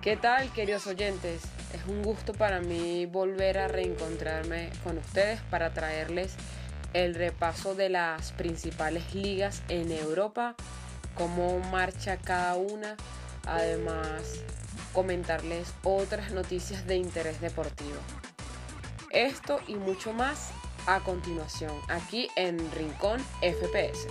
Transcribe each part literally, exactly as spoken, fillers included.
¿Qué tal, queridos oyentes? Es un gusto para mí volver a reencontrarme con ustedes para traerles el repaso de las principales ligas en Europa, cómo marcha cada una, además comentarles otras noticias de interés deportivo. Esto y mucho más a continuación, aquí en Rincón F P S.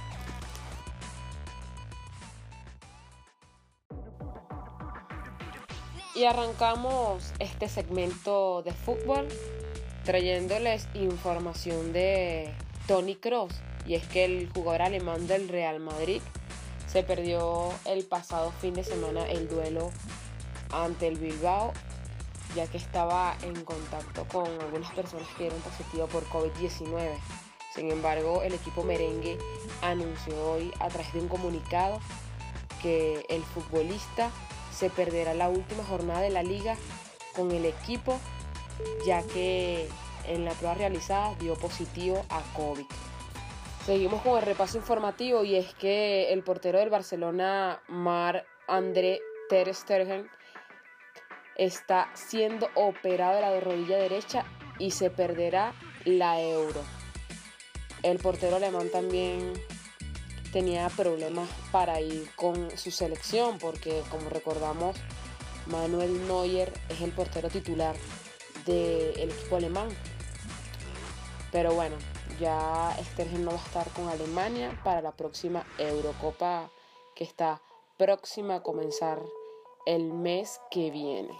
Y arrancamos este segmento de fútbol trayéndoles información de Toni Kroos, y es que el jugador alemán del Real Madrid se perdió el pasado fin de semana el duelo ante el Bilbao, ya que estaba en contacto con algunas personas que dieron positivo por covid diecinueve. Sin embargo, el equipo merengue anunció hoy a través de un comunicado que el futbolista se perderá la última jornada de la liga con el equipo, ya que en la prueba realizada dio positivo a COVID. Seguimos con el repaso informativo, y es que el portero del Barcelona, Marc-André ter Stegen, está siendo operado de la rodilla derecha y se perderá la Euro. El portero alemán también tenía problemas para ir con su selección porque, como recordamos, Manuel Neuer es el portero titular del equipo alemán. Pero bueno, ya Stegen no va a estar con Alemania para la próxima Eurocopa, que está próxima a comenzar el mes que viene.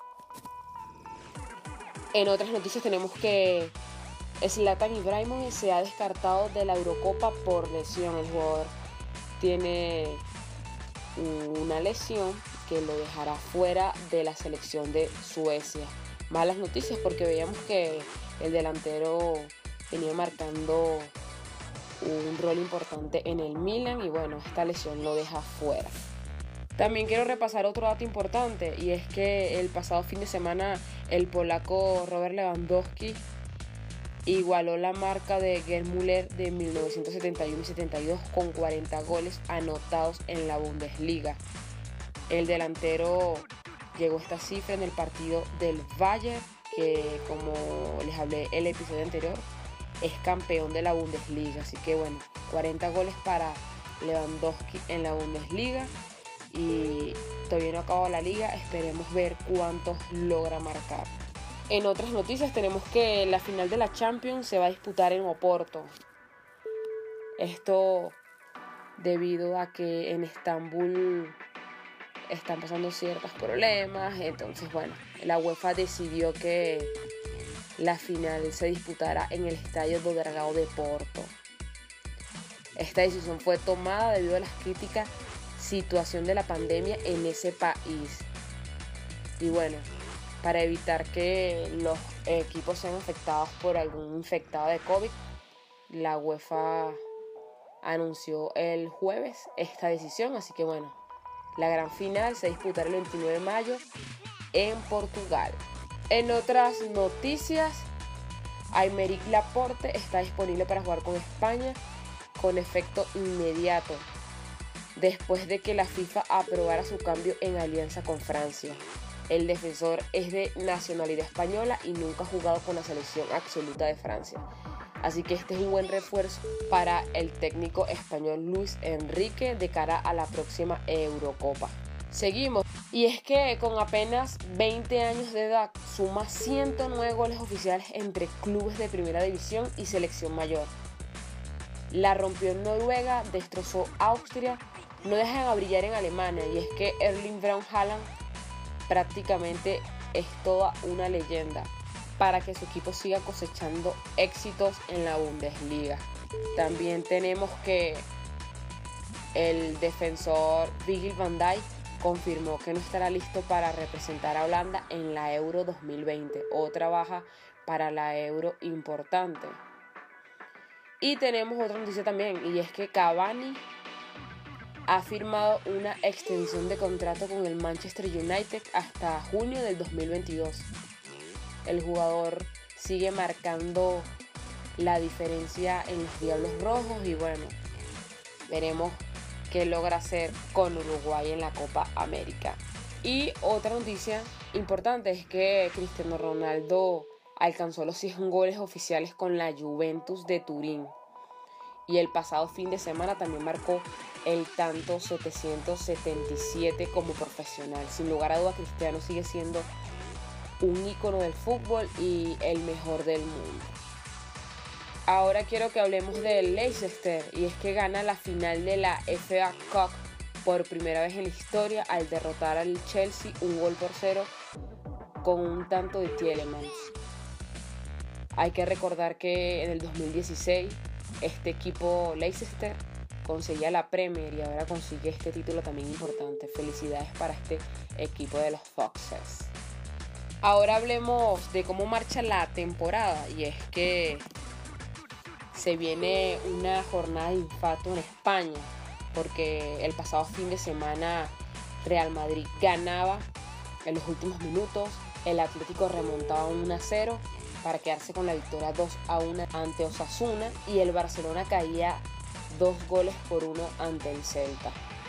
En otras noticias tenemos que Zlatan Ibrahimovic se ha descartado de la Eurocopa por lesión. El jugador tiene una lesión que lo dejará fuera de la selección de Suecia. Malas noticias, porque veíamos que el delantero venía marcando un rol importante en el Milan y bueno, esta lesión lo deja fuera. También quiero repasar otro dato importante, y es que el pasado fin de semana el polaco Robert Lewandowski igualó la marca de Gerd Müller de mil novecientos setenta y uno y setenta y dos con cuarenta goles anotados en la Bundesliga. El delantero llegó a esta cifra en el partido del Bayern, que, como les hablé el episodio anterior, es campeón de la Bundesliga. Así que bueno, cuarenta goles para Lewandowski en la Bundesliga, y todavía no acaba la liga, esperemos ver cuántos logra marcar. En otras noticias tenemos que la final de la Champions se va a disputar en Oporto. Esto debido a que en Estambul están pasando ciertos problemas. Entonces bueno, la UEFA decidió que la final se disputara en el estadio do Dragao de Porto. Esta decisión fue tomada debido a las críticas situación de la pandemia en ese país. Y bueno, para evitar que los equipos sean afectados por algún infectado de COVID, la UEFA anunció el jueves esta decisión. Así que bueno, la gran final se disputará el veintinueve de mayo en Portugal. En otras noticias, Aymeric Laporte está disponible para jugar con España con efecto inmediato, después de que la FIFA aprobara su cambio en alianza con Francia. El defensor es de nacionalidad española y nunca ha jugado con la selección absoluta de Francia. Así que este es un buen refuerzo para el técnico español Luis Enrique de cara a la próxima Eurocopa. Seguimos. Y es que con apenas veinte años de edad suma ciento nueve goles oficiales entre clubes de primera división y selección mayor. La rompió en Noruega, destrozó Austria, no dejan a brillar en Alemania, y es que Erling Braut Haaland prácticamente es toda una leyenda para que su equipo siga cosechando éxitos en la Bundesliga. También tenemos que el defensor Virgil van Dijk confirmó que no estará listo para representar a Holanda en la Euro dos mil veinte, otra baja para la Euro importante. Y tenemos otra noticia también, y es que Cavani ha firmado una extensión de contrato con el Manchester United hasta junio del dos mil veintidós. El jugador sigue marcando la diferencia en los Diablos Rojos y bueno, veremos qué logra hacer con Uruguay en la Copa América. Y otra noticia importante es que Cristiano Ronaldo alcanzó los cien goles oficiales con la Juventus de Turín. Y el pasado fin de semana también marcó el tanto setecientos setenta y siete como profesional. Sin lugar a duda, Cristiano sigue siendo un ícono del fútbol y el mejor del mundo. Ahora quiero que hablemos del Leicester, y es que gana la final de la F A Cup por primera vez en la historia al derrotar al Chelsea un gol por cero con un tanto de Tielemans. Hay que recordar que en el dos mil dieciséis este equipo Leicester conseguía la Premier y ahora consigue este título también importante. Felicidades para este equipo de los Foxes. Ahora hablemos de cómo marcha la temporada, y es que se viene una jornada de infarto en España, porque el pasado fin de semana Real Madrid ganaba en los últimos minutos, el Atlético remontaba uno a cero para quedarse con la victoria dos a uno ante Osasuna, y el Barcelona caía dos goles por uno ante el Celta.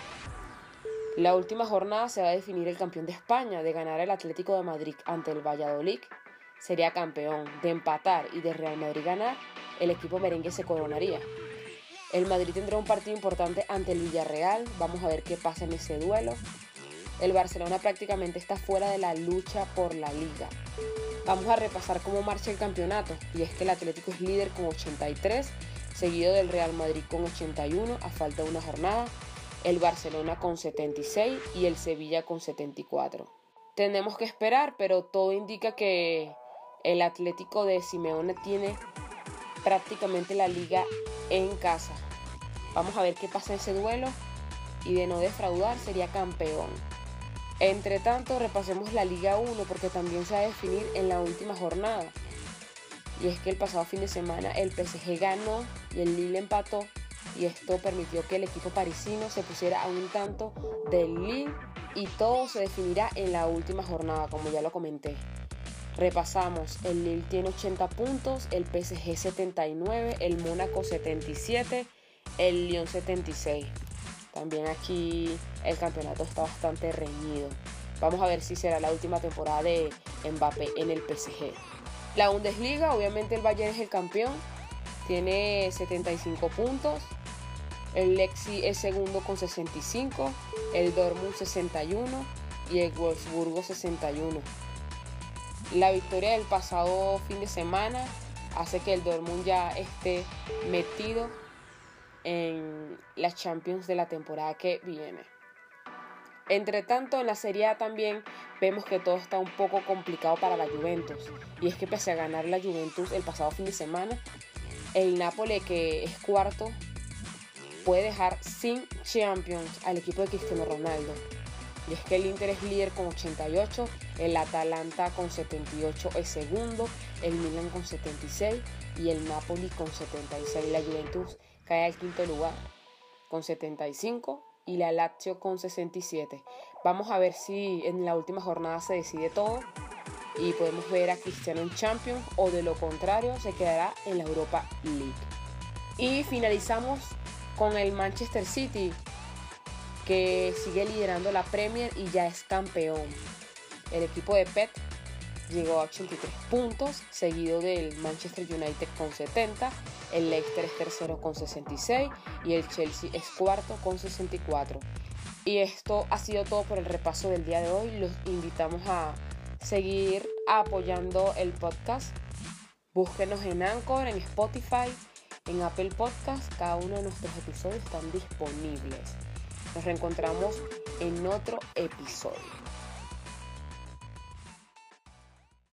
La última jornada se va a definir el campeón de España. De ganar el Atlético de Madrid ante el Valladolid, sería campeón. De empatar y de Real Madrid ganar, el equipo merengue se coronaría. El Madrid tendrá un partido importante ante el Villarreal. Vamos a ver qué pasa en ese duelo. El Barcelona prácticamente está fuera de la lucha por la Liga. Vamos a repasar cómo marcha el campeonato, y es que el Atlético es líder con ochenta y tres, seguido del Real Madrid con ochenta y uno a falta de una jornada, el Barcelona con setenta y seis y el Sevilla con setenta y cuatro. Tenemos que esperar, pero todo indica que el Atlético de Simeone tiene prácticamente la Liga en casa. Vamos a ver qué pasa en ese duelo, y de no defraudar sería campeón. Entre tanto, repasemos la Liga uno, porque también se va a definir en la última jornada. Y es que el pasado fin de semana el P S G ganó y el Lille empató, y esto permitió que el equipo parisino se pusiera a un tanto del Lille, y todo se definirá en la última jornada, como ya lo comenté. Repasamos, el Lille tiene ochenta puntos, el P S G setenta y nueve, el Mónaco setenta y siete, el Lyon setenta y seis. También aquí el campeonato está bastante reñido. Vamos a ver si será la última temporada de Mbappé en el P S G. La Bundesliga, obviamente el Bayern es el campeón, tiene setenta y cinco puntos. El Leipzig es segundo con sesenta y cinco, el Dortmund sesenta y uno y el Wolfsburgo sesenta y uno. La victoria del pasado fin de semana hace que el Dortmund ya esté metido en las Champions de la temporada que viene. Entre tanto, en la Serie A también vemos que todo está un poco complicado para la Juventus, y es que pese a ganar la Juventus el pasado fin de semana, el Napoli, que es cuarto, puede dejar sin Champions al equipo de Cristiano Ronaldo. Y es que el Inter es líder con ochenta y ocho, el Atalanta con setenta y ocho es segundo, el Milan con setenta y seis y el Napoli con setenta y seis. La Juventus cae al quinto lugar con setenta y cinco y la Lazio con sesenta y siete. Vamos a ver si en la última jornada se decide todo y podemos ver a Cristiano en Champions, o de lo contrario se quedará en la Europa League. Y finalizamos con el Manchester City, que sigue liderando la Premier y ya es campeón. El equipo de Pep llegó a ochenta y tres puntos, seguido del Manchester United con setenta, el Leicester es tercero con sesenta y seis y el Chelsea es cuarto con sesenta y cuatro. Y esto ha sido todo por el repaso del día de hoy. Los invitamos a seguir apoyando el podcast. Búsquenos en Anchor, en Spotify, en Apple Podcast. Cada uno de nuestros episodios están disponibles. Nos reencontramos en otro episodio.